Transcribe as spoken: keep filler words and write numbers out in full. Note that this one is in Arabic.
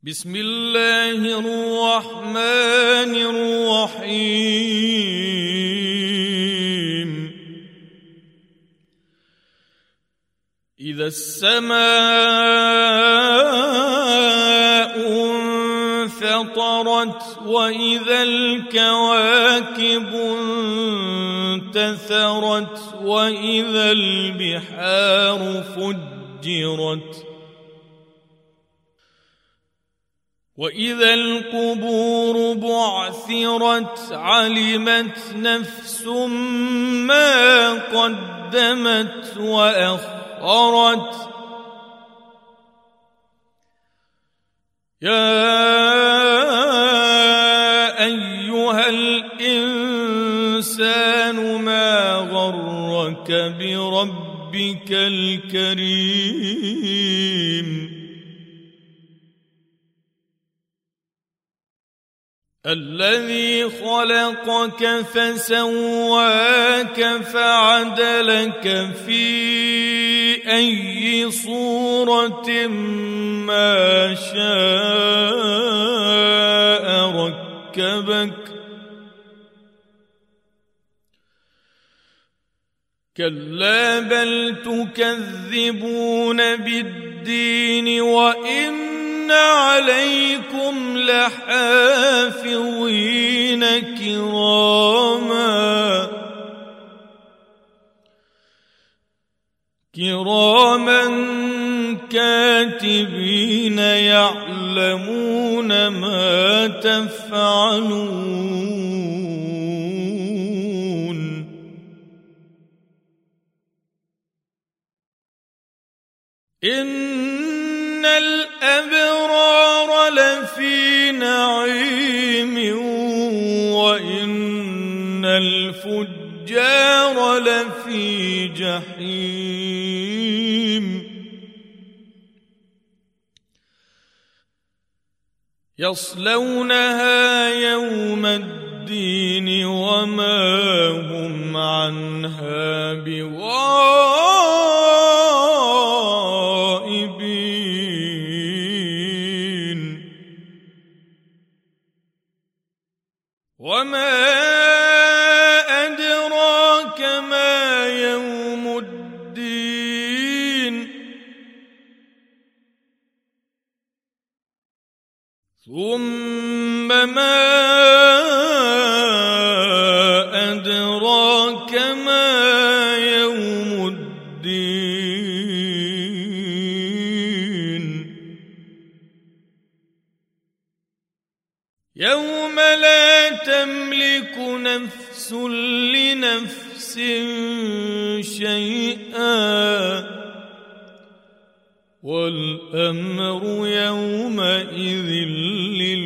بسم الله الرحمن الرحيم إذا السماء انفطرت وإذا الكواكب انتثرت وإذا البحار فجرت وإذا القبور بعثرت علمت نفس ما قدمت وأخرت يا أيها الإنسان ما غرك بربك الكريم الذي خلقك فسواك فعدلك في أي صورة ما شاء ركبك كلا بل تكذبون بالدين وإن عليكم لحافظين كراما كراما كاتبين يعلمون ما تفعلون إن الأبرار لفي نعيم وإن الفجار لفي جحيم يصلونها يوم الدين وما هم عنها بغائبين وما أدراك ما يوم الدين ثم ما أدراك ما يوم الدين يوم لا تملك نفس لنفس شيئا والأمر يومئذ لله